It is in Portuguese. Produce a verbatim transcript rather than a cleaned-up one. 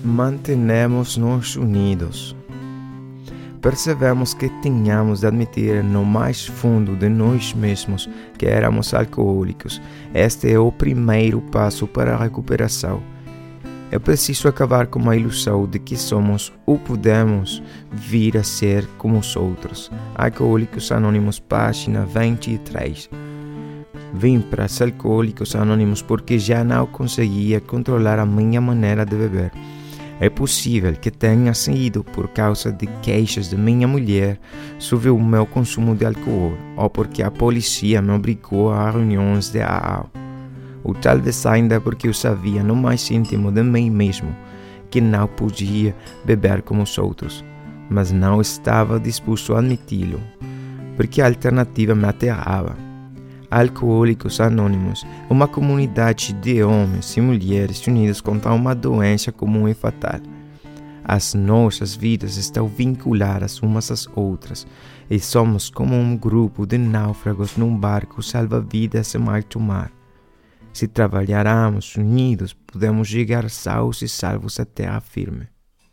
mantenemos-nos unidos. Percebemos que tínhamos de admitir no mais fundo de nós mesmos que éramos alcoólicos. Este é o primeiro passo para a recuperação. É preciso acabar com a ilusão de que somos ou podemos vir a ser como os outros. Alcoólicos Anônimos, página vinte e três. Vim para os Alcoólicos Anônimos porque já não conseguia controlar a minha maneira de beber. É possível que tenha sido por causa de queixas de minha mulher sobre o meu consumo de álcool, ou porque a polícia me obrigou a reuniões de A A. Ou talvez ainda porque eu sabia no mais íntimo de mim mesmo que não podia beber como os outros, mas não estava disposto a admiti-lo, porque a alternativa me aterrava. Alcoólicos Anônimos, uma comunidade de homens e mulheres unidos contra uma doença comum e fatal. As nossas vidas estão vinculadas umas às outras e somos como um grupo de náufragos num barco salva-vidas em alto mar. Se trabalharmos unidos, podemos chegar sãos e salvos à terra firme.